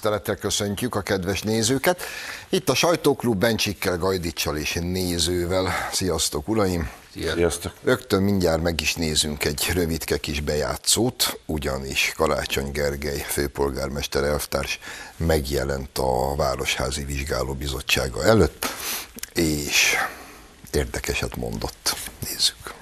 Tisztelettel köszöntjük a kedves nézőket. Itt a Sajtóklub Bencsikkel, Gajdicsal és nézővel. Sziasztok, uraim! Sziasztok! Rögtön mindjárt meg is nézünk egy rövidke kis bejátszót, ugyanis Karácsony Gergely főpolgármester elvtárs megjelent a Városházi Vizsgálóbizottsága előtt, és érdekeset mondott. Nézzük.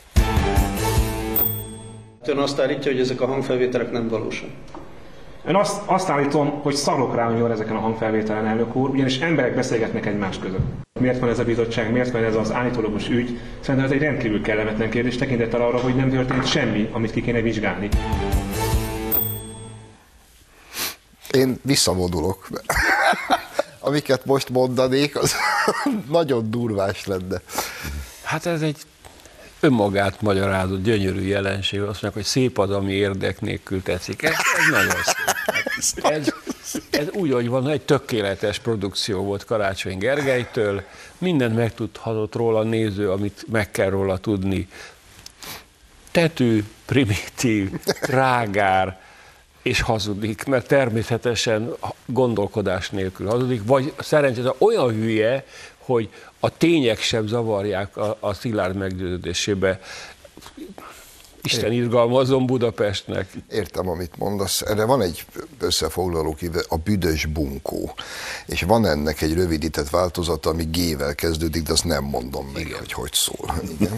Ön azt állítja, hogy ezek a hangfelvételek nem valósak. Ön azt állítom, hogy szarok rá, hogy ezeken a hangfelvételen, elnök úr, ugyanis emberek beszélgetnek egymás között. Miért van ez a bizottság, miért van ez az állítólagos ügy? Szerintem ez egy rendkívül kellemetlen kérdés, tekintettel arra, hogy nem történt semmi, amit ki kéne vizsgálni. Én visszavonulok. Amiket most mondanék, az nagyon durvás lenne. Hát ez egy önmagát magyarázott gyönyörű jelenség, azt mondják, hogy szép az, ami érdek nélkül tetszik. Ez nagyon szép. Ez úgy, hogy van, egy tökéletes produkció volt Karácsony Gergelytől, mindent megtudhatott róla a néző, amit meg kell róla tudni. Tetű, primitív, trágár, és hazudik, mert természetesen gondolkodás nélkül hazudik, vagy szerencsére olyan hülye, hogy a tények sem zavarják a szilárd meggyőződésébe. Isten irgalmazzon Budapestnek. Értem, amit mondasz. Erre van egy összefoglaló, a büdös bunkó. És van ennek egy rövidített változata, ami G-vel kezdődik, de azt nem mondom meg, igen, hogy szól. Igen.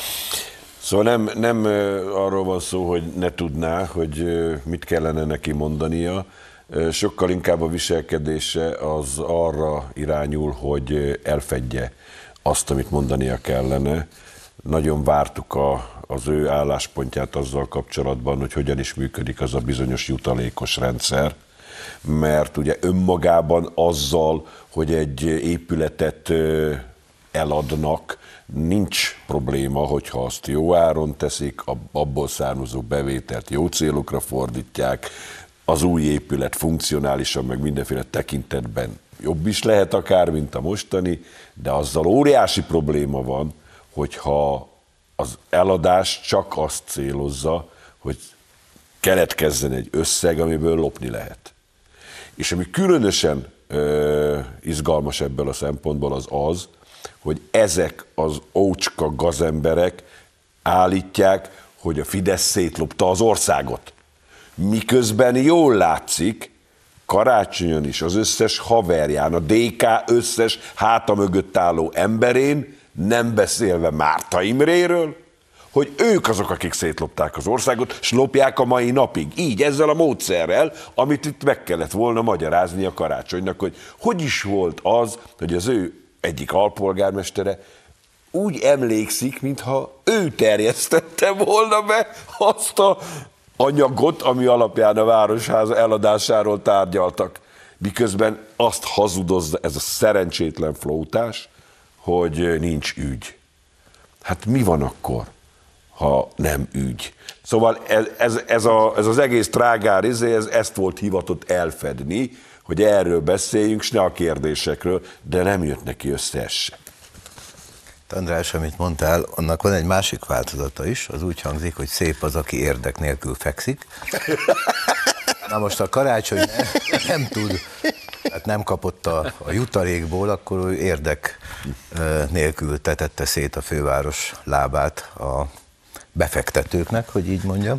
Szóval nem arról van szó, hogy ne tudná, hogy mit kellene neki mondania, sokkal inkább a viselkedése az arra irányul, hogy elfedje azt, amit mondania kellene. Nagyon vártuk az ő álláspontját azzal kapcsolatban, hogy hogyan is működik az a bizonyos jutalékos rendszer, mert ugye önmagában azzal, hogy egy épületet eladnak, nincs probléma, hogyha azt jó áron teszik, abból származó bevételt jó célokra fordítják, az új épület funkcionálisan, meg mindenféle tekintetben jobb is lehet akár, mint a mostani, de azzal óriási probléma van, hogyha az eladás csak azt célozza, hogy keletkezzen egy összeg, amiből lopni lehet. És ami különösen izgalmas ebből a szempontból az, hogy ezek az ócska gazemberek állítják, hogy a Fidesz szétlopta az országot. Miközben jól látszik, Karácsonyon is az összes haverján, a DK összes háta mögött álló emberén, nem beszélve Márta Imréről, hogy ők azok, akik szétlopták az országot, s lopják a mai napig. Így, ezzel a módszerrel, amit itt meg kellett volna magyarázni a Karácsonynak, hogy is volt az, hogy az ő egyik alpolgármestere úgy emlékszik, mintha ő terjesztette volna be azt a anyagot, ami alapján a Városház eladásáról tárgyaltak. Miközben azt hazudozza ez a szerencsétlen flótás, hogy nincs ügy. Hát mi van akkor, ha nem ügy? Szóval ez az egész trágár ezt volt hivatott elfedni, hogy erről beszéljünk, s ne a kérdésekről, de nem jött neki össze ez se. András, amit mondtál, annak van egy másik változata is, az úgy hangzik, hogy szép az, aki érdek nélkül fekszik. Na most a Karácsony nem tud, hát nem kapott a jutalékból, akkor ő érdek nélkül tetette szét a főváros lábát a befektetőknek, hogy így mondjam,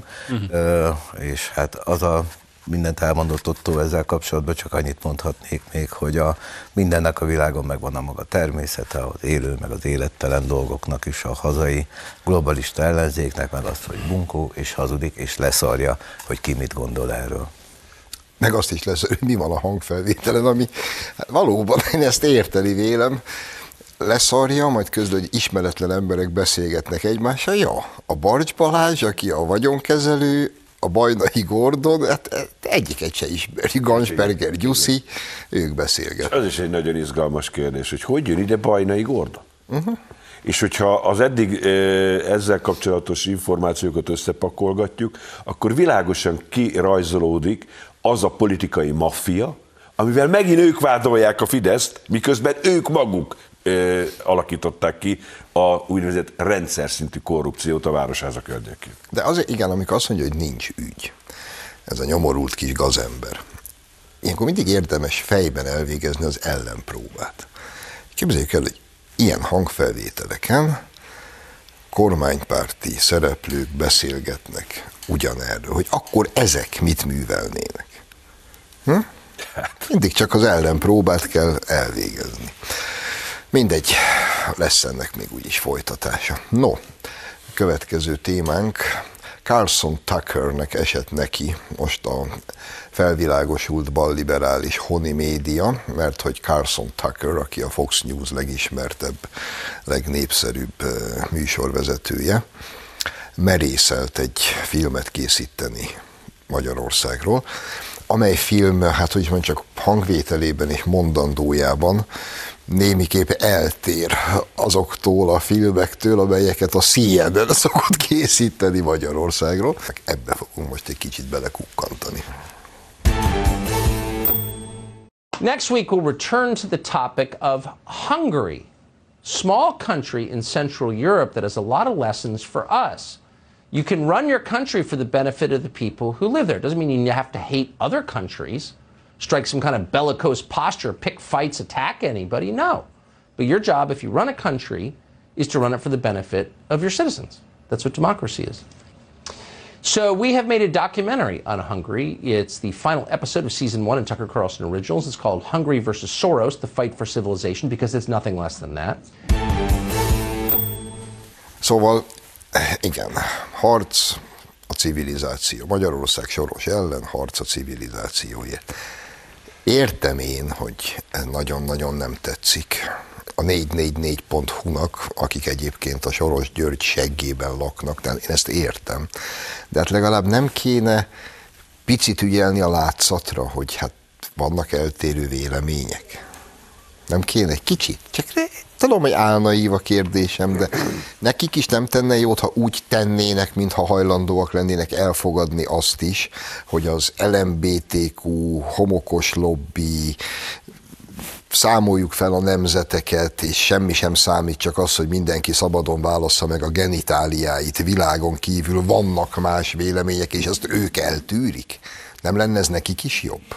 és hát az a mindent elmondott Ottó ezzel kapcsolatban, csak annyit mondhatnék még, hogy mindennek a világon megvan a maga természete, az élő, meg az élettelen dolgoknak is, a hazai globalista ellenzéknek, meg azt, hogy bunkó, és hazudik, és leszarja, hogy ki mit gondol erről. Meg azt is lesz, hogy mi van a hangfelvételen, ami hát valóban én ezt érteni vélem, leszarja, majd közben, hogy ismeretlen emberek beszélgetnek egymással, ja, a Barcs Balázs, aki a vagyonkezelő, a Bajnai Gordon, hát egyiket se ismeri, Gansperger Gyuszi, ők beszélgetnek. Az is egy nagyon izgalmas kérdés, hogy jön ide Bajnai Gordon? És hogyha az eddig ezzel kapcsolatos információkat összepakolgatjuk, akkor világosan kirajzolódik az a politikai maffia, amivel megint ők vádolják a Fideszt, miközben ők maguk alakították ki a úgynevezett rendszer szintű korrupciót a Városháza környékén. De azért igen, amikor azt mondja, hogy nincs ügy, ez a nyomorult kis gazember. ilyenkor mindig érdemes fejben elvégezni az ellenpróbát. Képzeljük el, hogy ilyen hangfelvételeken kormánypárti szereplők beszélgetnek ugyanerről, hogy akkor ezek mit művelnének. Mindig csak az ellenpróbát kell elvégezni. Mindegy, lesz ennek még úgyis folytatása. No, következő témánk, Carlson Tuckernek esett neki most a felvilágosult balliberális honi média, mert hogy Carlson Tucker, aki a Fox News legismertebb, legnépszerűbb műsorvezetője, merészelt egy filmet készíteni Magyarországról, amely film, hát hogy mondjam, csak hangvételében és mondandójában némiképp eltér azoktól a filmektől, amelyeket a CNN szokott készíteni Magyarországról. Ebbe fogunk most egy kicsit belekukkantani. Next week we'll return to the topic of Hungary, small country in Central Europe that has a lot of lessons for us. You can run your country for the benefit of the people who live there. It doesn't mean you have to hate other countries, strike some kind of bellicose posture, pick fights, attack anybody. No. But your job, if you run a country, is to run it for the benefit of your citizens. That's what democracy is. So we have made a documentary on Hungary. It's the final episode of season 1 in Tucker Carlson Originals. It's called Hungary versus Soros, The Fight for Civilization, because it's nothing less than that. Szóval, igen, harc a civilizáció. Magyarország Soros ellen, harc a civilizációért. Értem én, hogy ez nagyon-nagyon nem tetszik a 444.hu-nak, akik egyébként a Soros György seggében laknak, tehát én ezt értem. De hát legalább nem kéne picit ügyelni a látszatra, hogy hát vannak eltérő vélemények. Nem kéne egy kicsit, csak tudom, hogy álnaív a kérdésem, de nekik is nem tenne jót, ha úgy tennének, mintha hajlandóak lennének elfogadni azt is, hogy az LMBTQ, homokos lobby, számoljuk fel a nemzeteket, és semmi sem számít, csak az, hogy mindenki szabadon válassza meg a genitáliáit, világon kívül vannak más vélemények, és azt ők eltűrik. Nem lenne ez nekik is jobb?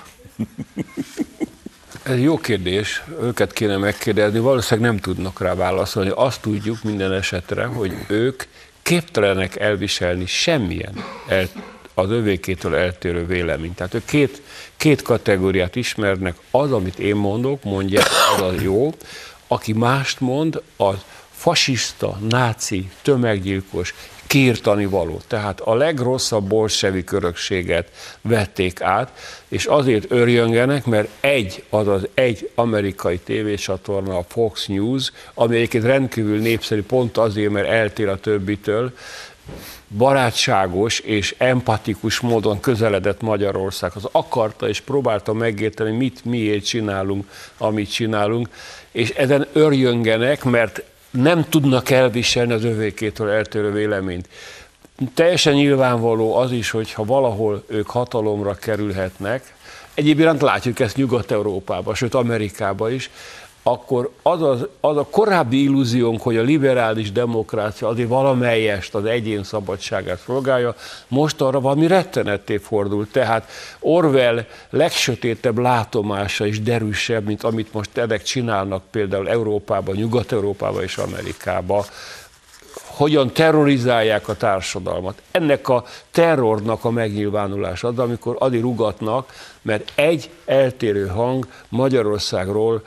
Ez jó kérdés, őket kéne megkérdezni, valószínűleg nem tudnak rá válaszolni. Azt tudjuk minden esetre, hogy ők képtelenek elviselni semmilyen az övékétől eltérő véleményt. Tehát ők két kategóriát ismernek, az, amit én mondok, mondja, az a jó, aki mást mond, az fasiszta, náci, tömeggyilkos, kiirtani való. Tehát a legrosszabb bolsevik örökséget vették át, és azért örjöngenek, mert egy amerikai tévécsatorna, a Fox News, ami egyébként rendkívül népszerű, pont azért, mert eltér a többitől, barátságos és empatikus módon közeledett Magyarországhoz. Akarta és próbálta megérteni, miért csinálunk, amit csinálunk, és ezen örjöngenek, mert nem tudnak elviselni az övékétől eltérő véleményt. Teljesen nyilvánvaló az is, hogy ha valahol ők hatalomra kerülhetnek, egyébként látjuk ezt Nyugat-Európában, sőt Amerikában is, akkor az a korábbi illúziónk, hogy a liberális demokrácia azért valamelyest az egyén szabadságát szolgálja, most arra valami rettenetté fordult. Tehát Orwell legsötétebb látomása is derűsebb, mint amit most ezek csinálnak például Európában, Nyugat-Európában és Amerikában. Hogyan terrorizálják a társadalmat. Ennek a terrornak a megnyilvánulása az, amikor addig rugatnak, mert egy eltérő hang Magyarországról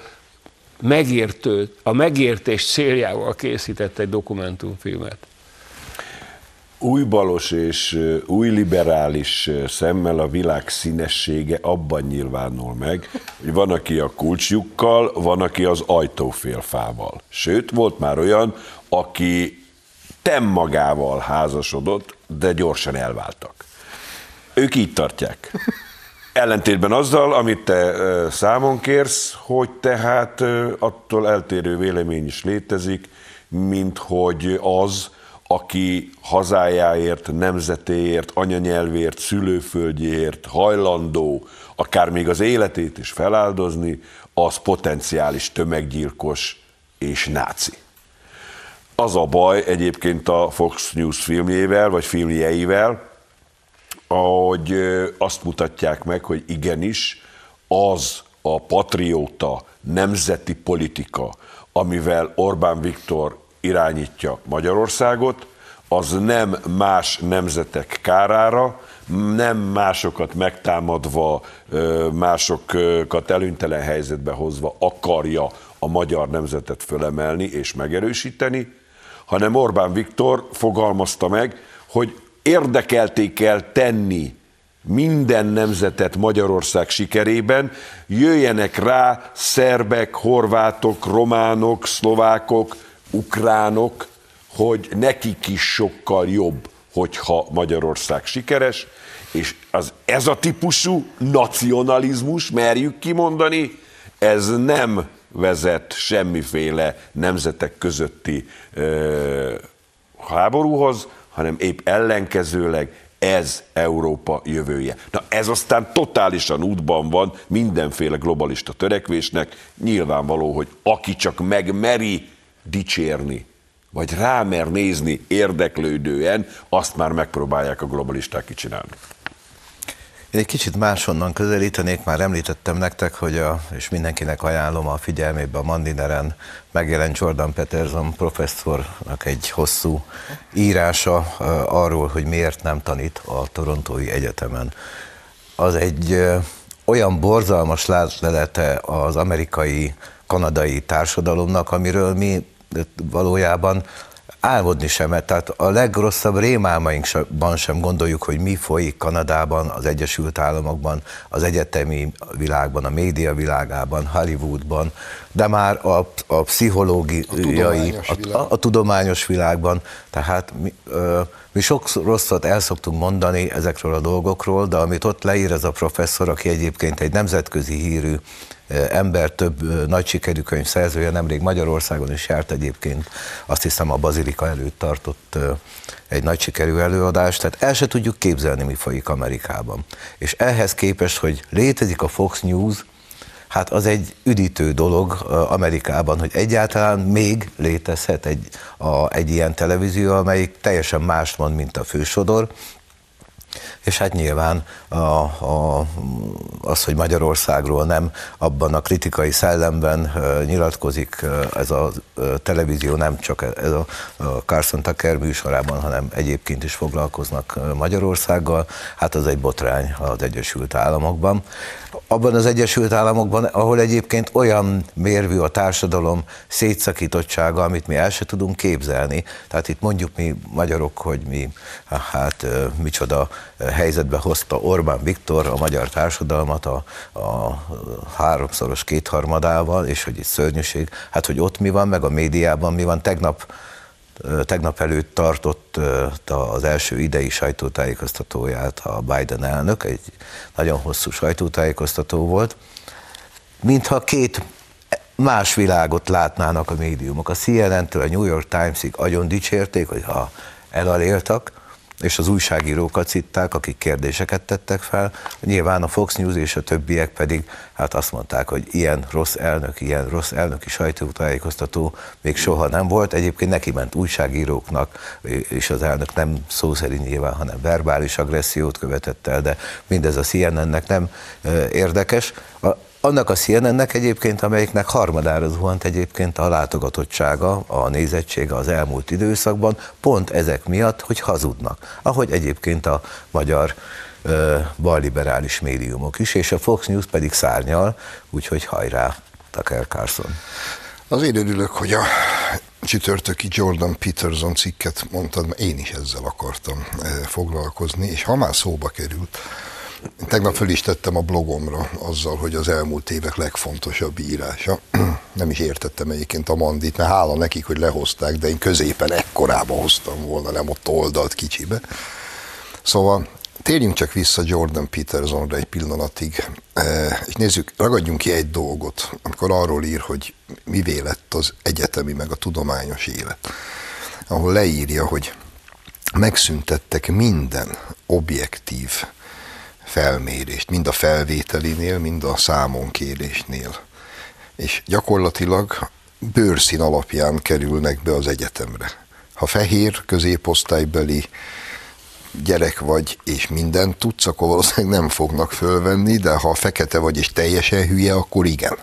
a megértés céljával készített egy dokumentumfilmet. Új balos és új liberális szemmel a világ színessége abban nyilvánul meg, hogy van, aki a kulcslyukkal, van, aki az ajtófélfával. Sőt, volt már olyan, aki magával házasodott, de gyorsan elváltak. Ők így tartják. Ellentétben azzal, amit te számon kérsz, hogy tehát attól eltérő vélemény is létezik, mint hogy az, aki hazájáért, nemzetéért, anyanyelvért, szülőföldjéért hajlandó, akár még az életét is feláldozni, az potenciális tömeggyilkos és náci. Az a baj egyébként a Fox News filmjével, vagy filmjeivel, hogy azt mutatják meg, hogy igenis az a patrióta nemzeti politika, amivel Orbán Viktor irányítja Magyarországot, az nem más nemzetek kárára, nem másokat megtámadva, másokat előnytelen helyzetbe hozva akarja a magyar nemzetet fölemelni és megerősíteni, hanem Orbán Viktor fogalmazta meg, hogy érdekelté kell tenni minden nemzetet Magyarország sikerében, jöjjenek rá szerbek, horvátok, románok, szlovákok, ukránok, hogy nekik is sokkal jobb, hogyha Magyarország sikeres, és ez a típusú nacionalizmus, merjük kimondani, ez nem vezet semmiféle nemzetek közötti háborúhoz, hanem épp ellenkezőleg ez Európa jövője. Na ez aztán totálisan útban van mindenféle globalista törekvésnek, nyilvánvaló, hogy aki csak megmeri dicsérni, vagy rámer nézni érdeklődően, azt már megpróbálják a globalisták kicsinálni. Én egy kicsit máshonnan közelítenék, már említettem nektek, hogy és mindenkinek ajánlom a figyelmébe a Mandineren megjelent Jordan Peterson professzornak egy hosszú írása arról, hogy miért nem tanít a Torontói Egyetemen. Az egy olyan borzalmas látlelete az amerikai-kanadai társadalomnak, amiről mi valójában álmodni sem, tehát a legrosszabb rémálmainkban sem gondoljuk, hogy mi folyik Kanadában, az Egyesült Államokban, az egyetemi világban, a média világában, Hollywoodban, de már a pszichológiai, a tudományos világban, tehát mi sok rosszat el szoktunk mondani ezekről a dolgokról, de amit ott leír ez a professzor, aki egyébként egy nemzetközi hírű ember, több nagy sikerű könyv szerzője, nemrég Magyarországon is járt egyébként, azt hiszem a Bazilika előtt tartott egy nagy sikerű előadást, tehát el se tudjuk képzelni, mi folyik Amerikában. És ehhez képest, hogy létezik a Fox News, hát az egy üdítő dolog Amerikában, hogy egyáltalán még létezhet egy ilyen televízió, amelyik teljesen mást mond, mint a fősodor, és hát nyilván az, hogy Magyarországról nem abban a kritikai szellemben nyilatkozik ez a televízió, nem csak ez a Carson Tucker műsorában, hanem egyébként is foglalkoznak Magyarországgal, hát az egy botrány az Egyesült Államokban. Abban az Egyesült Államokban, ahol egyébként olyan mérvű a társadalom szétszakítottsága, amit mi el se tudunk képzelni. Tehát itt mondjuk mi magyarok, hogy mi, hát micsoda helyzetbe hozta Orbán Viktor a magyar társadalmat a háromszoros kétharmadával, és hogy itt szörnyűség, hát hogy ott mi van, meg a médiában mi van. Tegnap előtt tartott az első idei sajtótájékoztatóját a Biden elnök, egy nagyon hosszú sajtótájékoztató volt, mintha két más világot látnának a médiumok. A CNN-től a New York Times-ig agyon dicsérték, hogy ha elaléltak, és az újságírókat szitták, akik kérdéseket tettek fel. Nyilván a Fox News és a többiek pedig hát azt mondták, hogy ilyen rossz elnöki sajtótájékoztató még soha nem volt. Egyébként neki ment újságíróknak, és az elnök nem szó szerint nyilván, hanem verbális agressziót követett el, de mindez a CNN-nek nem érdekes. Annak a CNN-nek egyébként, amelyiknek harmadára zuhant egyébként a látogatottsága, a nézettsége az elmúlt időszakban, pont ezek miatt, hogy hazudnak. Ahogy egyébként a magyar balliberális médiumok is, és a Fox News pedig szárnyal, úgyhogy hajrá, Tucker Carlson. Azért örülök, hogy a csütörtöki Jordan Peterson cikket mondtad, mert én is ezzel akartam foglalkozni, és ha már szóba került, tegnap föl is tettem a blogomra azzal, hogy az elmúlt évek legfontosabb írása. Nem is értettem egyébként a Mandit, mert hála nekik, hogy lehozták, de én középen ekkorába hoztam volna, nem ott oldalt kicsibe. Szóval térjünk csak vissza Jordan Petersonra egy pillanatig, és nézzük, ragadjunk ki egy dolgot, amikor arról ír, hogy mivé lett az egyetemi meg a tudományos élet, ahol leírja, hogy megszüntettek minden objektív felmérést, mind a felvételinél, mind a számonkérésnél. És gyakorlatilag bőrszín alapján kerülnek be az egyetemre. Ha fehér középosztálybeli gyerek vagy, és mindent tudsz, akkor valószínűleg nem fognak fölvenni, de ha fekete vagy, és teljesen hülye, akkor igen.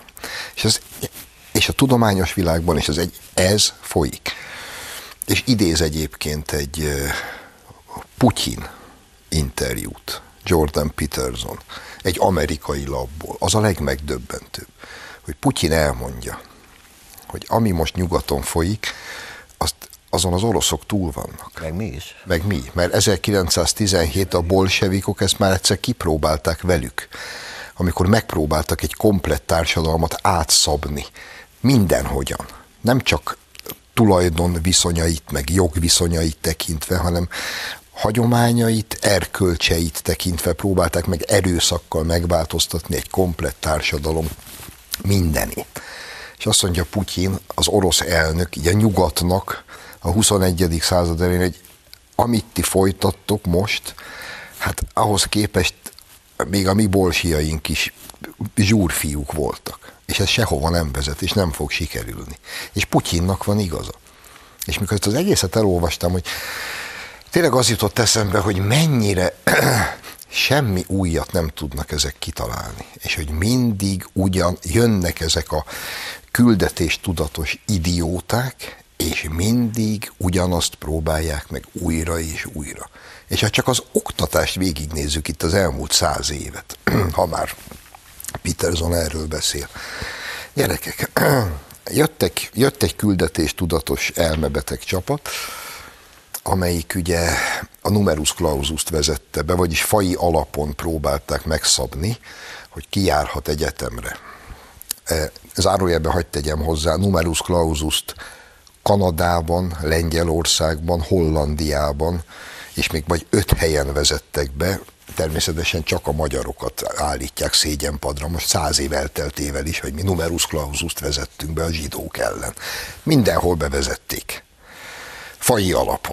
És a tudományos világban is ez folyik. És idéz egyébként egy Putyin interjút, Jordan Peterson, egy amerikai labból. Az a legmegdöbbentőbb, hogy Putyin elmondja, hogy ami most nyugaton folyik, azon az oroszok túl vannak. Meg mi is. Meg mi, mert 1917 a bolsevikok ezt már egyszer kipróbálták velük, amikor megpróbáltak egy komplett társadalmat átszabni, mindenhogyan. Nem csak tulajdon viszonyait, meg jogviszonyait tekintve, hanem hagyományait, erkölcseit tekintve próbálták meg erőszakkal megváltoztatni egy komplett társadalom mindenét. És azt mondja Putyin, az orosz elnök, így a nyugatnak a 21. század elején, hogy amit ti folytattok most, hát ahhoz képest még a mi bolsiaink is zsúrfiúk voltak. És ez sehova nem vezet, és nem fog sikerülni. És Putyinnak van igaza. És mikor ezt az egészet elolvastam, hogy tényleg az jutott eszembe, hogy mennyire semmi újat nem tudnak ezek kitalálni. És hogy mindig ugyan jönnek ezek a küldetéstudatos idióták, és mindig ugyanazt próbálják meg újra és újra. És ha csak az oktatást végignézzük itt az elmúlt 100 évet, ha Peterson erről beszél. Gyerekek, jött egy küldetéstudatos elmebeteg csapat, amelyik ugye a numerus clausust vezette be, vagyis faji alapon próbálták megszabni, hogy ki járhat egyetemre. Zárójelben hadd tegyem hozzá, numerus clausust Kanadában, Lengyelországban, Hollandiában, és még vagy 5 helyen vezettek be, természetesen csak a magyarokat állítják szégyenpadra, most 100 év elteltével is, hogy mi numerus clausust vezettünk be a zsidók ellen. Mindenhol bevezették. Faji alapon.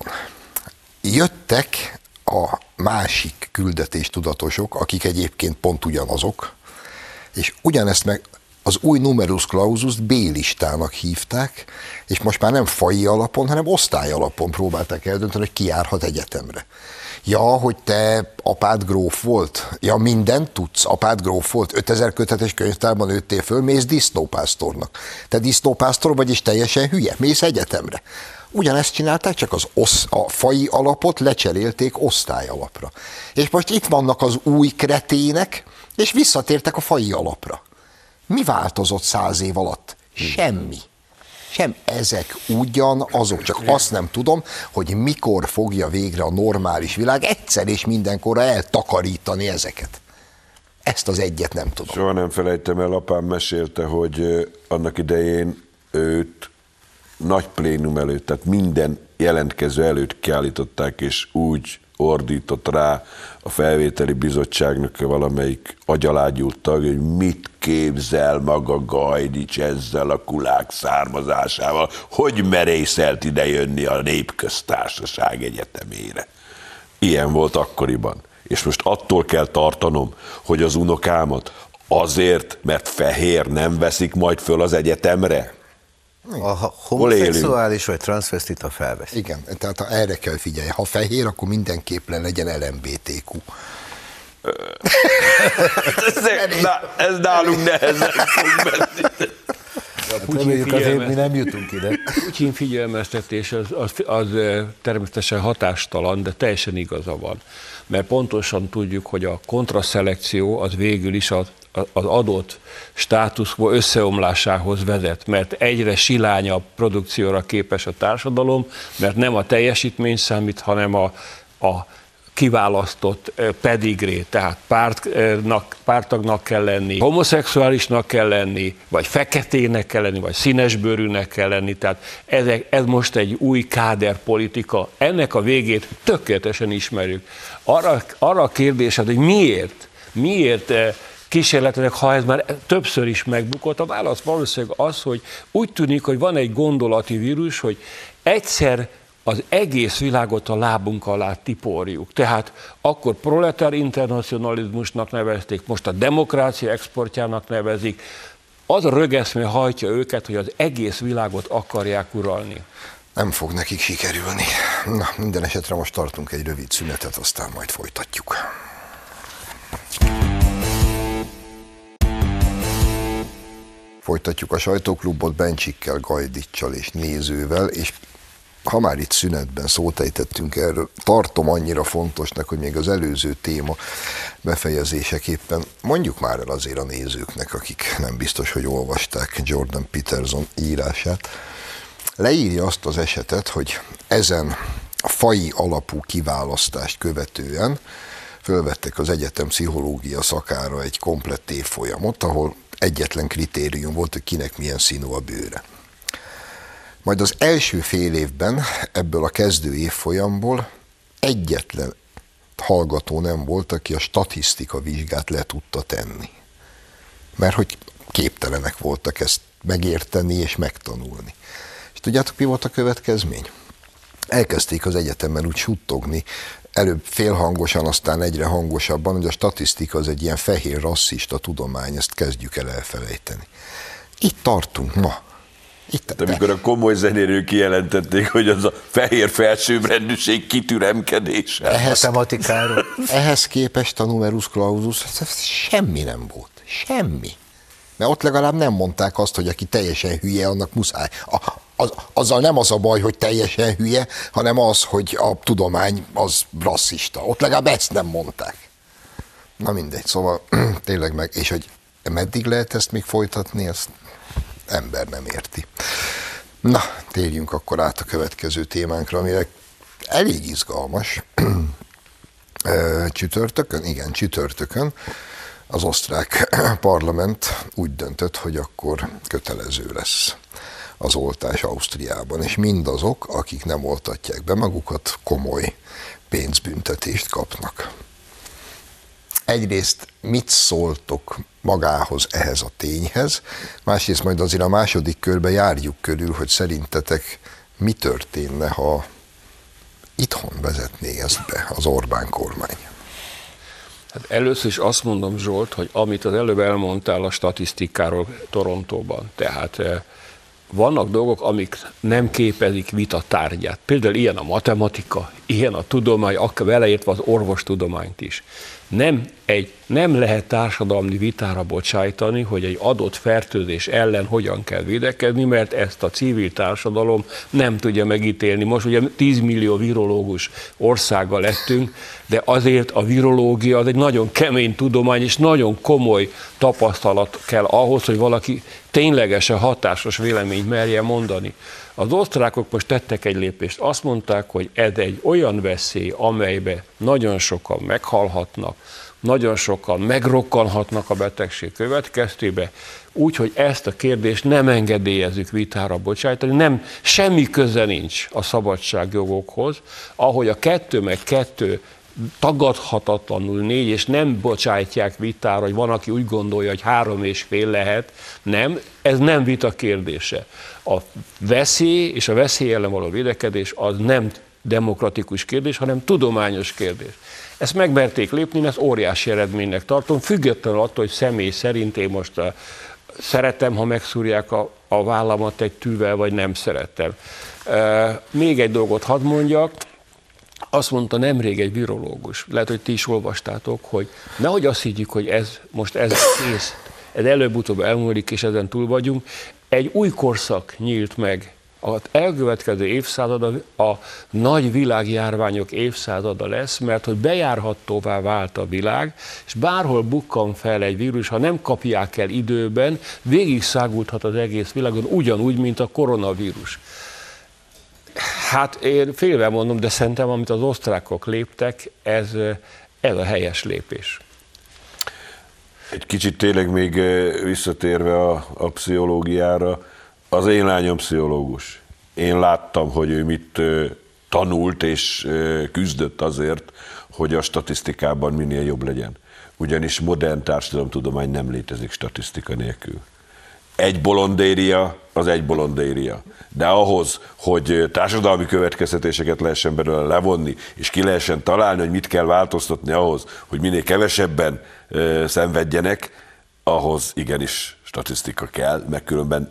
Jöttek a másik küldetéstudatosok, akik egyébként pont ugyanazok, és ugyanezt meg az új numerus clausust B-listának hívták, és most már nem faji alapon, hanem osztály alapon próbálták eldönteni, hogy ki járhat egyetemre. Ja, hogy te apád gróf volt? Ja, mindent tudsz, apád gróf volt, 5000 kötetes könyvtárban nőttél föl, mész disznópásztornak. Te disznópásztor vagy, és teljesen hülye, mész egyetemre. Ugyanezt csinálták, csak a faji alapot lecserélték osztály alapra. És most itt vannak az új kretének, és visszatértek a faji alapra. Mi változott 100 év alatt? Semmi. Ezek ugyanazok, csak azt nem tudom, hogy mikor fogja végre a normális világ egyszer és mindenkorra eltakarítani ezeket. Ezt az egyet nem tudom. Soha nem felejtem el, apám mesélte, hogy annak idején őt nagy plénum előtt, tehát minden jelentkező előtt kiállították, és úgy ordított rá a felvételi bizottságnak valamelyik agyalágyult tag, hogy mit képzel maga Gajdics ezzel a kulák származásával, hogy merészelt ide jönni a Népköztársaság Egyetemére. Ilyen volt akkoriban. És most attól kell tartanom, hogy az unokámat azért, mert fehér, nem veszik majd föl az egyetemre? A homoszexuális vagy transzvestita felvesz. Igen, tehát erre kell figyelni. Ha fehér, akkor mindenképp legyen LMBTQ. Ez nálunk nehezen fog menni. Reméljük azért mi nem jutunk ide. Putyin figyelmeztetés az természetesen hatástalan, de teljesen igaza van. Mert pontosan tudjuk, hogy a kontraszelekció az végül is az adott status quo összeomlásához vezet, mert egyre silányabb produkcióra képes a társadalom, mert nem a teljesítmény számít, hanem a kiválasztott pedigré, tehát pártagnak kell lenni, homoszexuálisnak kell lenni, vagy feketének kell lenni, vagy színesbőrűnek kell lenni, tehát ez most egy új káderpolitika. Ennek a végét tökéletesen ismerjük. Arra a kérdésed, hogy miért kísérletezek, ha ez már többször is megbukott, a válasz valószínűleg az, hogy úgy tűnik, hogy van egy gondolati vírus, hogy egyszer az egész világot a lábunk alá tiporjuk. Tehát akkor proletár internacionalizmusnak nevezték, most a demokrácia exportjának nevezik. Az a rögeszmé hajtja őket, hogy az egész világot akarják uralni. Nem fog nekik sikerülni. Na, minden esetre most tartunk egy rövid szünetet, aztán majd folytatjuk. Folytatjuk a sajtóklubot Bencsikkel, Gajdicsal és nézővel, és ha már itt szünetben szót ejtettünk erről, tartom annyira fontosnak, hogy még az előző téma befejezéseképpen mondjuk már el azért a nézőknek, akik nem biztos, hogy olvasták Jordan Peterson írását. Leírja azt az esetet, hogy ezen a faji alapú kiválasztást követően fölvettek az egyetem pszichológia szakára egy komplett évfolyamot, ahol egyetlen kritérium volt, hogy kinek milyen színű a bőre. Majd az első fél évben ebből a kezdő évfolyamból egyetlen hallgató nem volt, aki a statisztika vizsgát le tudta tenni. Mert hogy képtelenek voltak ezt megérteni és megtanulni. És tudjátok, mi volt a következmény? Elkezdték az egyetemen úgy suttogni, előbb félhangosan, aztán egyre hangosabban, hogy a statisztika az egy ilyen fehér rasszista tudomány, ezt kezdjük el elfelejteni. Itt tartunk ma. De amikor a komoly zenéről kijelentették, hogy az a fehér felsőbbrendűség kitüremkedése. Ehhez képest a numerus clausus semmi nem volt. Semmi. Mert ott legalább nem mondták azt, hogy aki teljesen hülye, annak muszáj. Azzal nem az a baj, hogy teljesen hülye, hanem az, hogy a tudomány az rasszista. Ott legalább ezt nem mondták. Na mindegy, szóval tényleg meg, és hogy meddig lehet ezt még folytatni, ezt ember nem érti. Na, térjünk akkor át a következő témánkra, amire elég izgalmas. Csütörtökön? Igen, csütörtökön az osztrák parlament úgy döntött, hogy akkor kötelező lesz az oltás Ausztriában, és mindazok, akik nem oltatják be magukat, komoly pénzbüntetést kapnak. Egyrészt mit szóltok magához, ehhez a tényhez, másrészt majd azért a második körbe járjuk körül, hogy szerintetek mi történne, ha itthon vezetné ezt be az Orbán kormány. Hát először is azt mondom, Zsolt, hogy amit az előbb elmondtál a statisztikáról Torontóban, tehát vannak dolgok, amik nem képezik vita tárgyát. Például ilyen a matematika, ilyen a tudomány, akár beleértve az orvostudományt is. Nem lehet társadalmi vitára bocsájtani, hogy egy adott fertőzés ellen hogyan kell védekezni, mert ezt a civil társadalom nem tudja megítélni. Most ugye 10 millió virológus országgal lettünk, de azért a virológia az egy nagyon kemény tudomány, és nagyon komoly tapasztalat kell ahhoz, hogy valaki ténylegesen hatásos véleményt merje mondani. Az osztrákok most tettek egy lépést. Azt mondták, hogy ez egy olyan veszély, amelybe nagyon sokan meghalhatnak, nagyon sokan megrokkanhatnak a betegség következtében, úgyhogy ezt a kérdést nem engedélyezzük vitára bocsájtani, semmi köze nincs a szabadságjogokhoz, ahogy a 2+2 tagadhatatlanul 4, és nem bocsájtják vitára, hogy van, aki úgy gondolja, hogy 3,5 lehet. Nem, ez nem vita kérdése. A veszély és a veszély ellen való védekezés az nem demokratikus kérdés, hanem tudományos kérdés. Ezt megmerték lépni, én ezt óriási eredménynek tartom, függetlenül attól, hogy személy szerint én most szeretem, ha megszúrják a vállamat egy tűvel, vagy nem szeretem. Még egy dolgot hadd mondjak. Azt mondta nemrég egy virológus, lehet, hogy ti is olvastátok, hogy nehogy azt higgyük, hogy ez kész, ez előbb-utóbb elmúlik, és ezen túl vagyunk. Egy új korszak nyílt meg. Az elkövetkező évszázad a nagy világjárványok évszázada lesz, mert hogy bejárhatóvá vált a világ, és bárhol bukkan fel egy vírus, ha nem kapják el időben, végig száguldhat az egész világon, ugyanúgy, mint a koronavírus. Hát én félve mondom, de szerintem, amit az osztrákok léptek, ez a helyes lépés. Egy kicsit tényleg még visszatérve a pszichológiára, az én lányom pszichológus. Én láttam, hogy ő mit tanult és küzdött azért, hogy a statisztikában minél jobb legyen. Ugyanis modern társadalomtudomány nem létezik statisztika nélkül. Egy bolondéria, az egy bolondéria. De ahhoz, hogy társadalmi következtetéseket lehessen belőle levonni, és ki lehessen találni, hogy mit kell változtatni ahhoz, hogy minél kevesebben szenvedjenek, ahhoz igenis statisztika kell, meg különben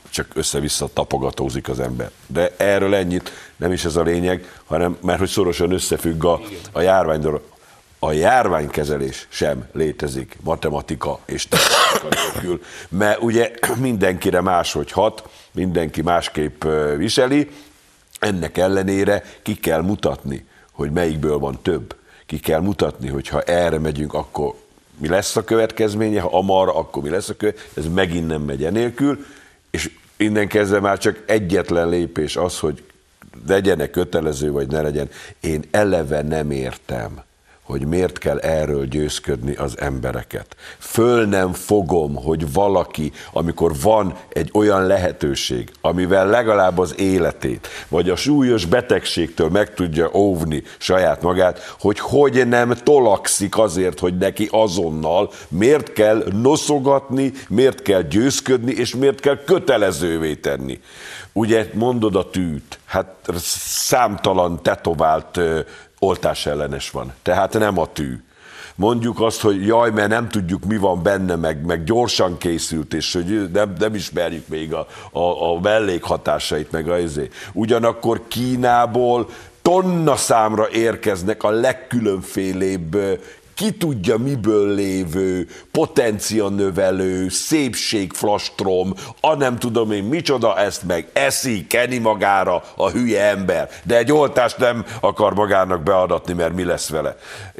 csak össze-vissza tapogatózik az ember. De erről ennyit, nem is ez a lényeg, hanem mert hogy szorosan összefügg a járvány dolog. A járványkezelés sem létezik matematika és technika nélkül, mert ugye mindenkire máshogy hat, mindenki másképp viseli, ennek ellenére ki kell mutatni, hogy melyikből van több. Ki kell mutatni, hogy ha erre megyünk, akkor mi lesz a következménye, ha amarra, akkor mi lesz a következménye, ez megint nem megy enélkül, és innen kezdve már csak egyetlen lépés az, hogy legyen-e kötelező, vagy ne legyen. Én eleve nem értem, hogy miért kell erről győzködni az embereket. Föl nem fogom, hogy valaki, amikor van egy olyan lehetőség, amivel legalább az életét, vagy a súlyos betegségtől meg tudja óvni saját magát, hogy nem tolakszik azért, hogy neki azonnal miért kell noszogatni, miért kell győzködni, és miért kell kötelezővé tenni. Ugye mondod a tűt, hát számtalan tetovált oltás ellenes van, tehát nem a tű. Mondjuk azt, hogy jaj, mert nem tudjuk, mi van benne, meg gyorsan készült, és hogy nem ismerjük még a mellékhatásait, meg azért. Ugyanakkor Kínából tonna számra érkeznek a legkülönfélébb, ki tudja miből lévő, potencianövelő, szépségflastrom, nem tudom én micsoda, ezt meg eszi, keni magára a hülye ember. De egy oltást nem akar magának beadatni, mert mi lesz vele.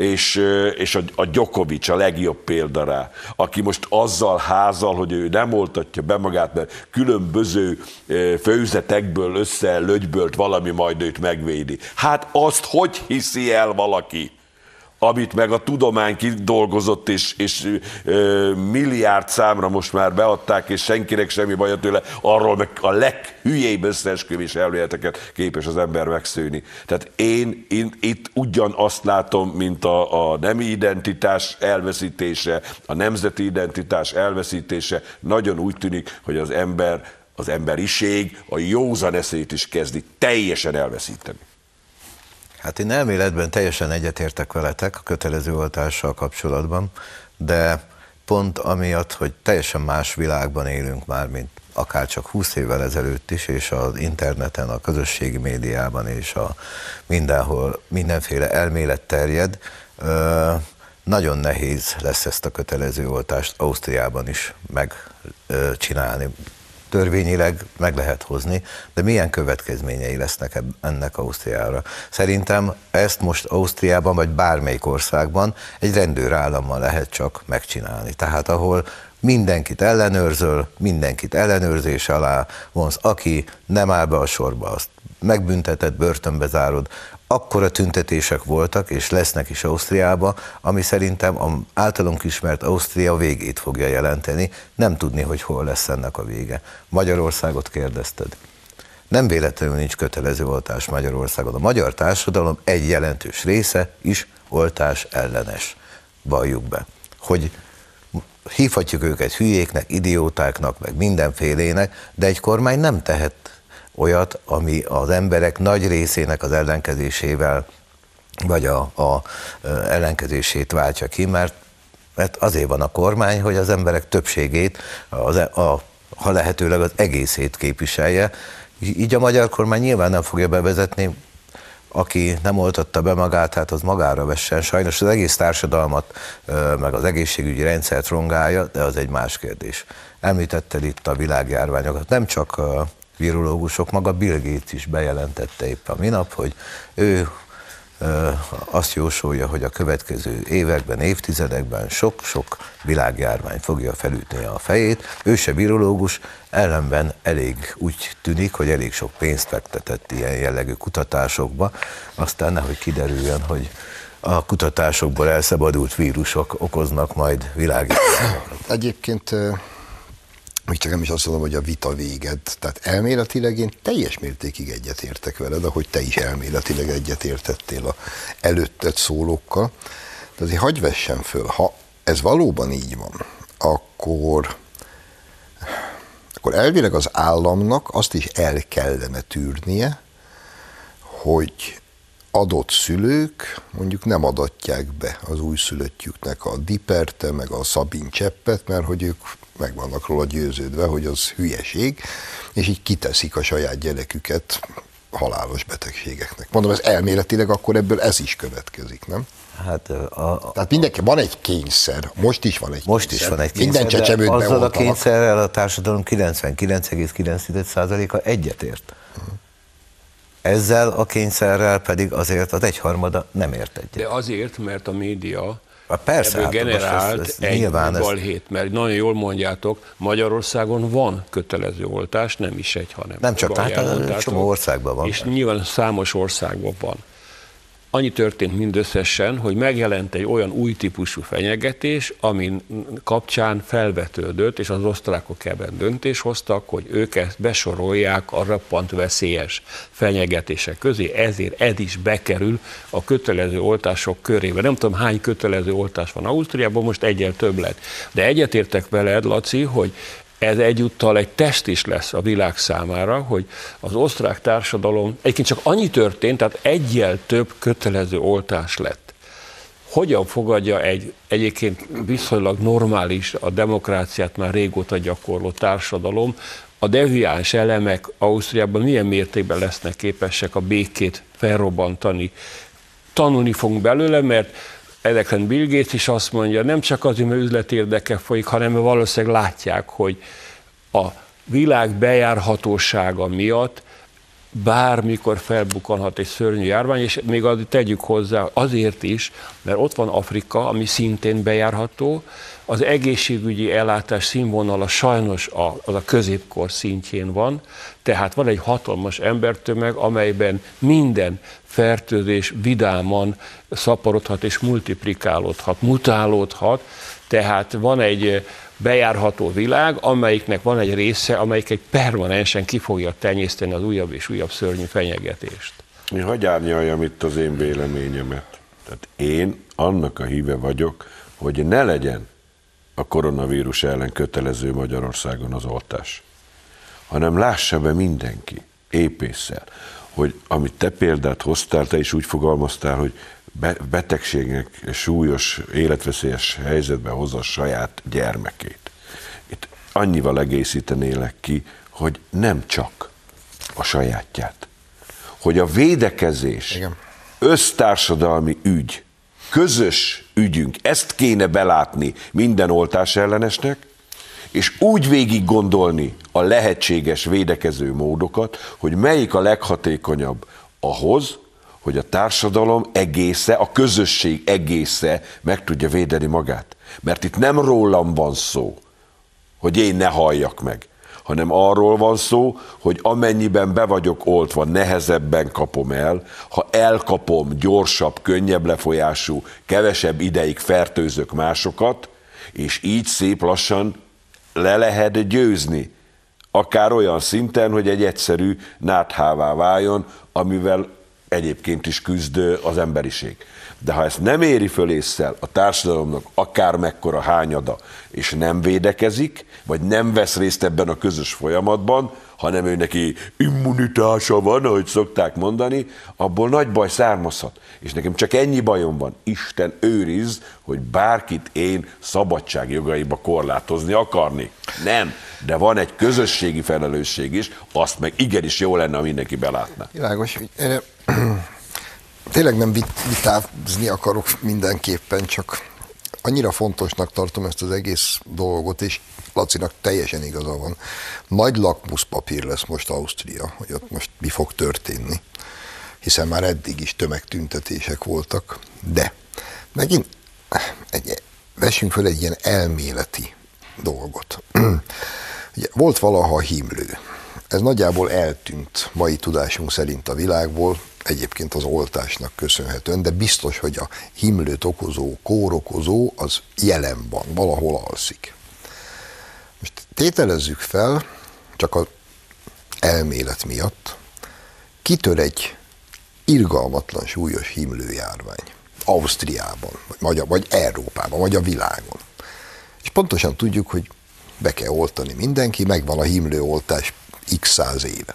És a Djokovic a legjobb példa rá, aki most azzal házal, hogy ő nem oltatja be magát, mert különböző főzetekből összelögybölt valami majd őt megvédi. Hát azt hogy hiszi el valaki? Amit meg a tudomány kidolgozott, és milliárd számra most már beadták, és senkinek semmi baja tőle, arról meg a leghülyébb összeesküvés elméleteket képes az ember megszűni. Tehát én itt ugyanazt látom, mint a nemi identitás elveszítése, a nemzeti identitás elveszítése. Nagyon úgy tűnik, hogy az emberiség a józan eszét is kezdi teljesen elveszíteni. Hát én elméletben teljesen egyetértek veletek a kötelező oltással kapcsolatban, de pont amiatt, hogy teljesen más világban élünk már, mint akár csak 20 évvel ezelőtt is, és az interneten, a közösségi médiában és mindenhol mindenféle elmélet terjed, nagyon nehéz lesz ezt a kötelező oltást Ausztriában is megcsinálni. Törvényileg meg lehet hozni, de milyen következményei lesznek ennek Ausztriára? Szerintem ezt most Ausztriában, vagy bármelyik országban egy rendőrállammal lehet csak megcsinálni. Tehát ahol mindenkit ellenőrzöl, mindenkit ellenőrzés alá vonsz, aki nem áll be a sorba, azt megbüntetett, börtönbe zárod. Akkora tüntetések voltak, és lesznek is Ausztriában, ami szerintem az általunk ismert Ausztria végét fogja jelenteni, nem tudni, hogy hol lesz ennek a vége. Magyarországot kérdezted. Nem véletlenül nincs kötelező oltás Magyarországon. A magyar társadalom egy jelentős része is oltás ellenes. Valljuk be. Hogy hívhatjuk őket hülyéknek, idiótáknak, meg mindenfélének, de egy kormány nem tehet olyat, ami az emberek nagy részének az ellenkezésével, vagy a ellenkezését váltja ki, mert azért van a kormány, hogy az emberek többségét, ha lehetőleg az egészét képviselje. Így a magyar kormány nyilván nem fogja bevezetni, aki nem oltatta be magát, hát az magára vessen. Sajnos az egész társadalmat, meg az egészségügyi rendszert rongálja, de az egy más kérdés. Említetted itt a világjárványokat, nem csak virológusok, maga Bill Gates is bejelentette éppen minap, hogy ő azt jósolja, hogy a következő években, évtizedekben sok-sok világjárvány fogja felütni a fejét. Ő se virológus, ellenben úgy tűnik, hogy elég sok pénzt fektetett ilyen jellegű kutatásokba, aztán nehogy kiderüljön, hogy a kutatásokból elszabadult vírusok okoznak majd világjárványokat. Egyébként még csak nem is azt mondom, hogy a vita véged. Tehát elméletileg én teljes mértékig egyetértek veled, ahogy te is elméletileg egyetértettél a előtted szólókkal. De azért hagyj vessen föl, ha ez valóban így van, akkor elvileg az államnak azt is el kellene tűrnie, hogy adott szülők mondjuk nem adatják be az újszülöttjüknek a Diperte, meg a Szabin cseppet, mert hogy ők meg vannak róla győződve, hogy az hülyeség, és így kiteszik a saját gyereküket halálos betegségeknek. Mondom, ez elméletileg akkor ebből ez is következik, nem? Hát Tehát mindenki, van egy kényszer, most is van egy kényszer. Minden csecsemőt azzal beoltanak. a kényszerrel a társadalom 99,9%-a egyetért. Ezzel a kényszerrel pedig azért az egyharmada nem ért egyet. De azért, mert a média Persze, ebből hát generált ez egy nyilván balhét, mert nagyon jól mondjátok, Magyarországon van kötelező oltás, nem is egy, hanem nem csak, tehát csomó országban van. És nyilván számos országban van. Annyi történt mindösszesen, hogy megjelent egy olyan új típusú fenyegetés, amin kapcsán felvetődött, és az osztrákok ebben döntést hoztak, hogy ők ezt besorolják a roppant veszélyes fenyegetések közé, ezért ez is bekerül a kötelező oltások körébe. Nem tudom, hány kötelező oltás van Ausztriában, most egyel több lett. De egyetértek veled, Laci, hogy ez egyúttal egy teszt is lesz a világ számára, hogy az osztrák társadalom, egyébként csak annyi történt, tehát egyel több kötelező oltás lett. Hogyan fogadja egy egyébként viszonylag normális, a demokráciát már régóta gyakorló társadalom, a deviáns elemek Ausztriában milyen mértékben lesznek képesek a békét felrobbantani? Tanulni fogunk belőle, mert ezekben Bill Gates is azt mondja, nem csak azért, mert üzletérdeke folyik, hanem valószínűleg látják, hogy a világ bejárhatósága miatt bármikor felbukkanhat egy szörnyű járvány, és még tegyük hozzá azért is, mert ott van Afrika, ami szintén bejárható, az egészségügyi ellátás színvonala sajnos az a középkor szintjén van, tehát van egy hatalmas embertömeg, amelyben minden fertőzés vidáman szaporodhat és multiplikálódhat, mutálódhat, tehát van egy bejárható világ, amelyiknek van egy része, amelyik egy permanensen ki fogja tenyészteni az újabb és újabb szörnyű fenyegetést. Én hagyj árnyaljam itt az én véleményemet. Tehát én annak a híve vagyok, hogy ne legyen a koronavírus ellen kötelező Magyarországon az oltás, hanem lássa be mindenki, épésszel, hogy amit te példát hoztál, te is úgy fogalmaztál, hogy betegségnek súlyos, életveszélyes helyzetbe hozza a saját gyermekét. Itt annyival egészítenélek ki, hogy nem csak a sajátját, hogy a védekezés össztársadalmi ügy, közös ügyünk, ezt kéne belátni minden oltás ellenesnek, és úgy végig gondolni a lehetséges védekező módokat, hogy melyik a leghatékonyabb ahhoz, hogy a társadalom egésze, a közösség egésze meg tudja védeni magát. Mert itt nem rólam van szó, hogy én ne halljak meg, hanem arról van szó, hogy amennyiben be vagyok oltva, nehezebben kapom el, ha elkapom, gyorsabb, könnyebb lefolyású, kevesebb ideig fertőzök másokat, és így szép lassan le lehet győzni. Akár olyan szinten, hogy egy egyszerű náthává váljon, amivel egyébként is küzd az emberiség. De ha ezt nem éri föl ésszel a társadalomnak akár mekkora hányada, és nem védekezik, vagy nem vesz részt ebben a közös folyamatban, hanem ő neki immunitása van, ahogy szokták mondani, abból nagy baj származhat. És nekem csak ennyi bajom van, Isten őriz, hogy bárkit én szabadságjogaiba korlátozni akarni. Nem, de van egy közösségi felelősség is, azt meg igenis jó lenne, ha mindenki belátná. Világos, erre tényleg nem vitázni akarok mindenképpen, csak annyira fontosnak tartom ezt az egész dolgot, és Lacinak teljesen igaza van. Nagy lakmuszpapír lesz most Ausztria, hogy ott most mi fog történni, hiszen már eddig is tömegtüntetések voltak, de megint vessünk föl egy ilyen elméleti dolgot. Ugye, volt valaha a himlő. Ez nagyjából eltűnt mai tudásunk szerint a világból, egyébként az oltásnak köszönhetően, de biztos, hogy a himlőt okozó, kórokozó az jelen van, valahol alszik. Most tételezzük fel, csak az elmélet miatt, kitör egy irgalmatlan súlyos himlőjárvány Ausztriában, vagy Európában, vagy a világon. És pontosan tudjuk, hogy be kell oltani mindenki, megvan a himlőoltás x 100 éve.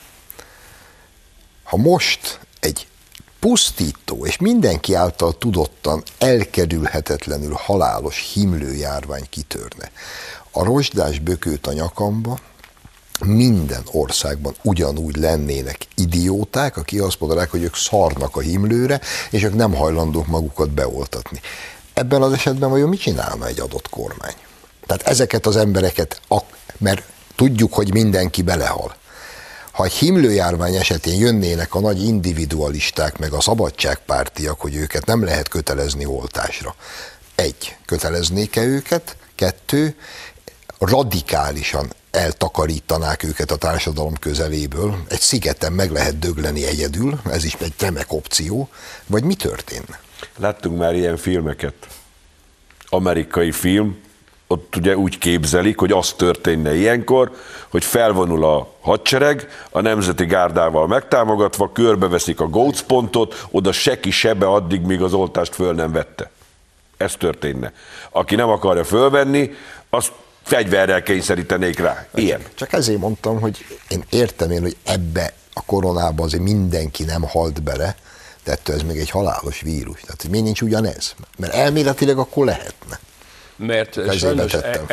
Ha most egy pusztító és mindenki által tudottan elkerülhetetlenül halálos himlőjárvány kitörne, a rozsdás bökőt a nyakamba minden országban ugyanúgy lennének idióták, akik azt mondanák, hogy ők szarnak a himlőre, és ők nem hajlandók magukat beoltatni. Ebben az esetben vajon mit csinálna egy adott kormány? Tehát ezeket az embereket, mert tudjuk, hogy mindenki belehal. Ha egy himlőjárvány esetén jönnének a nagy individualisták, meg a szabadságpártiak, hogy őket nem lehet kötelezni oltásra. 1. Köteleznék-e őket? 2. Radikálisan eltakarítanák őket a társadalom közeléből, egy szigeten meg lehet dögleni egyedül, ez is egy remek opció, vagy mi történne? Láttunk már ilyen filmeket. Amerikai film, ott ugye úgy képzelik, hogy az történne ilyenkor, hogy felvonul a hadsereg, a nemzeti gárdával megtámogatva, körbeveszik a gócpontot, oda seki sebe addig, míg az oltást föl nem vette. Ez történne. Aki nem akarja fölvenni, azt fegyverrel kényszerítenék rá. Ilyen. Csak ezért mondtam, hogy én értem hogy ebbe a koronába azért mindenki nem halt bele, de ettől ez még egy halálos vírus. Tehát miért nincs ugyanez? Mert elméletileg akkor lehetne. Mert sajnos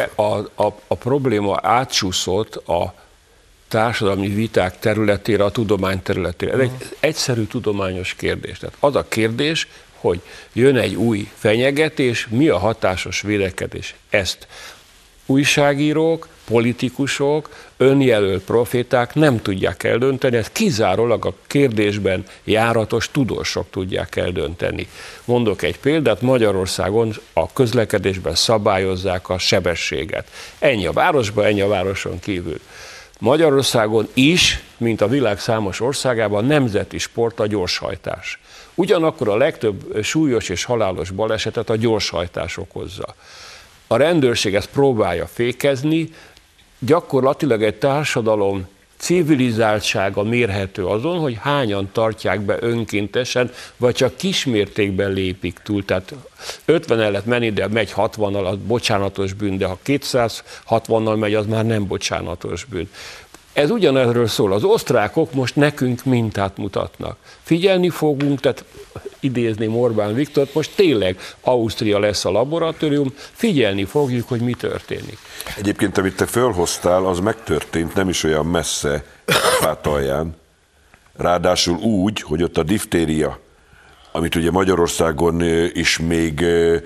a probléma átsúszott a társadalmi viták területére, a tudomány területére. Ez egy egyszerű tudományos kérdés. Tehát az a kérdés, hogy jön egy új fenyegetés, mi a hatásos védekezés. Ezt újságírók, politikusok, önjelölt proféták nem tudják eldönteni, ezt kizárólag a kérdésben járatos tudósok tudják eldönteni. Mondok egy példát, Magyarországon a közlekedésben szabályozzák a sebességet. Ennyi a városban, ennyi a városon kívül. Magyarországon is, mint a világ számos országában, nemzeti sport a gyorshajtás. Ugyanakkor a legtöbb súlyos és halálos balesetet a gyorshajtás okozza. A rendőrség ezt próbálja fékezni, gyakorlatilag egy társadalom civilizáltsága mérhető azon, hogy hányan tartják be önkéntesen, vagy csak kismértékben lépik túl. Tehát 50-el lehet menni, de megy 60-nal, az bocsánatos bűn, de ha 260-nal megy, az már nem bocsánatos bűn. Ez ugyanerről szól. Az osztrákok most nekünk mintát mutatnak. Figyelni fogunk, tehát idézném Orbán Viktort, most tényleg Ausztria lesz a laboratórium, figyelni fogjuk, hogy mi történik. Egyébként, amit te fölhoztál, az megtörtént, nem is olyan messze Pátalján. Ráadásul úgy, hogy ott a diftéria, amit ugye Magyarországon is még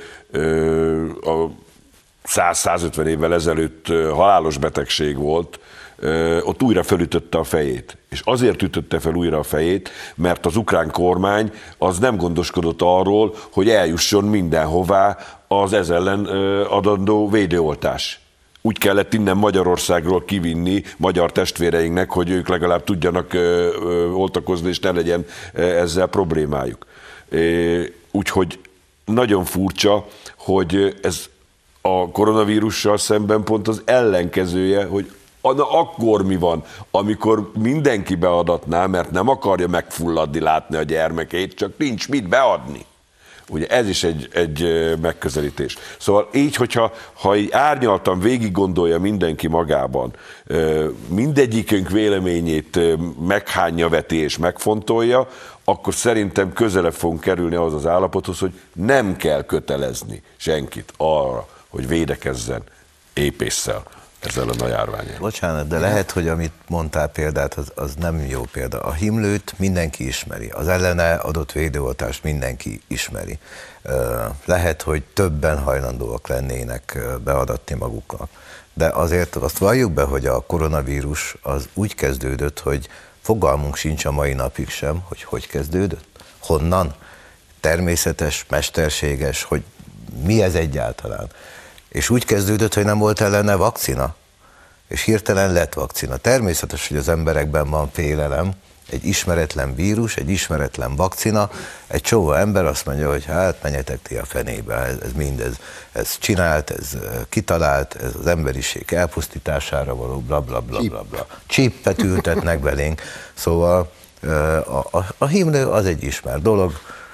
a 100-150 évvel ezelőtt halálos betegség volt, ott újra felütötte a fejét. És azért ütötte fel újra a fejét, mert az ukrán kormány az nem gondoskodott arról, hogy eljusson mindenhová az ez ellen adandó védőoltás. Úgy kellett innen Magyarországról kivinni magyar testvéreinknek, hogy ők legalább tudjanak oltakozni, és ne legyen ezzel problémájuk. Úgyhogy nagyon furcsa, hogy ez a koronavírussal szemben pont az ellenkezője, hogy akkor mi van, amikor mindenki beadatná, mert nem akarja megfulladni, látni a gyermekét, csak nincs mit beadni. Ugye ez is egy megközelítés. Szóval így, ha így árnyaltan végig gondolja mindenki magában, mindegyikünk véleményét meghányja, veti és megfontolja, akkor szerintem közelebb fogunk kerülni ahhoz az állapothoz, hogy nem kell kötelezni senkit arra, hogy védekezzen épésszel ezzel a járványon. Bocsánat, de lehet, hogy amit mondtál példát, az nem jó példa. A himlőt mindenki ismeri, az ellene adott védőoltást mindenki ismeri. Lehet, hogy többen hajlandóak lennének beadatni maguknak. De azért azt valljuk be, hogy a koronavírus az úgy kezdődött, hogy fogalmunk sincs a mai napig sem, hogy kezdődött, honnan, természetes, mesterséges, hogy mi ez egyáltalán. És úgy kezdődött, hogy nem volt ellene vakcina, és hirtelen lett vakcina. Természetes, hogy az emberekben van félelem, egy ismeretlen vírus, egy ismeretlen vakcina, egy csomó ember azt mondja, hogy hát menjetek ti a fenébe, ez mindez, ez csinált, ez kitalált, ez az emberiség elpusztítására való, blablabla. Csippet ültetnek belénk, szóval a himlő az egy ismert dolog.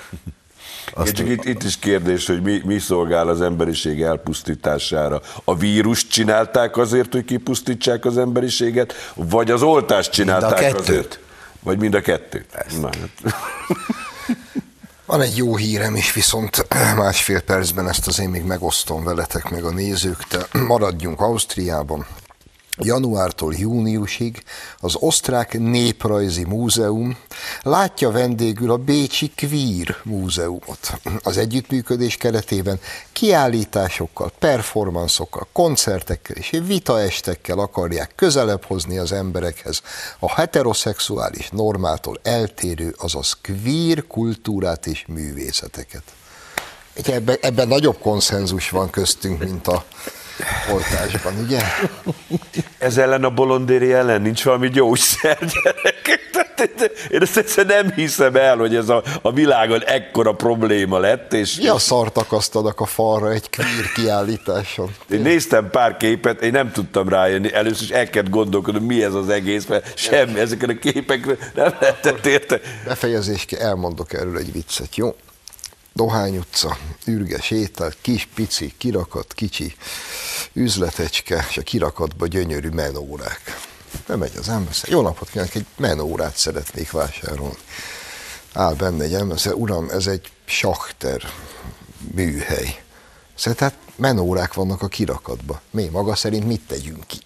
Csak itt is kérdés, hogy mi szolgál az emberiség elpusztítására. A vírust csinálták azért, hogy kipusztítsák az emberiséget, vagy az oltást csinálták azért? Vagy mind a kettőt? A Van egy jó hírem is, viszont másfél percben ezt azért még megosztom veletek, meg a nézőkkel. Maradjunk Ausztriában. Januártól júniusig az Osztrák Néprajzi Múzeum látja vendégül a Bécsi Queer Múzeumot. Az együttműködés keretében kiállításokkal, performanszokkal, koncertekkel és vitaestekkel akarják közelebb hozni az emberekhez a heteroszexuális normától eltérő, azaz queer kultúrát és művészeteket. Ebben nagyobb konszenzus van köztünk, mint a oltásban, ugye? Ez ellen a bolondéri ellen nincs valami gyógyszer, gyerekek. Én ezt egyszerűen nem hiszem el, hogy ez a világon ekkora probléma lett. És mi a szart akasztanak a falra egy queer kiállításon? Én néztem pár képet, én nem tudtam rájönni. Először is el kellett gondolkodnom, mi ez az egész, mert semmi, ezeken a képekről nem lehetett érteni. Befejezésként elmondok erről egy viccet, jó? Dohány utca, ürges étel, kis, pici, kirakat, kicsi üzletecske, és a kirakatba gyönyörű menórák. Bemegy az ember, jó napot kívánok, egy menórát szeretnék vásárolni. Áll benne egy ember, uram, ez egy Schachter műhely. Tehát menórák vannak a kirakatba. Mi maga szerint mit tegyünk ki?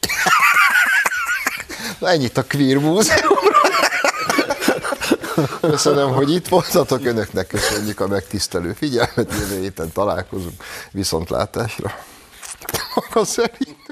Na, ennyit a Queer Múzeumról. Köszönöm, hogy itt voltatok, önöknek köszönjük a megtisztelő figyelmet, jövő héten találkozunk, viszontlátásra. Maga szerint.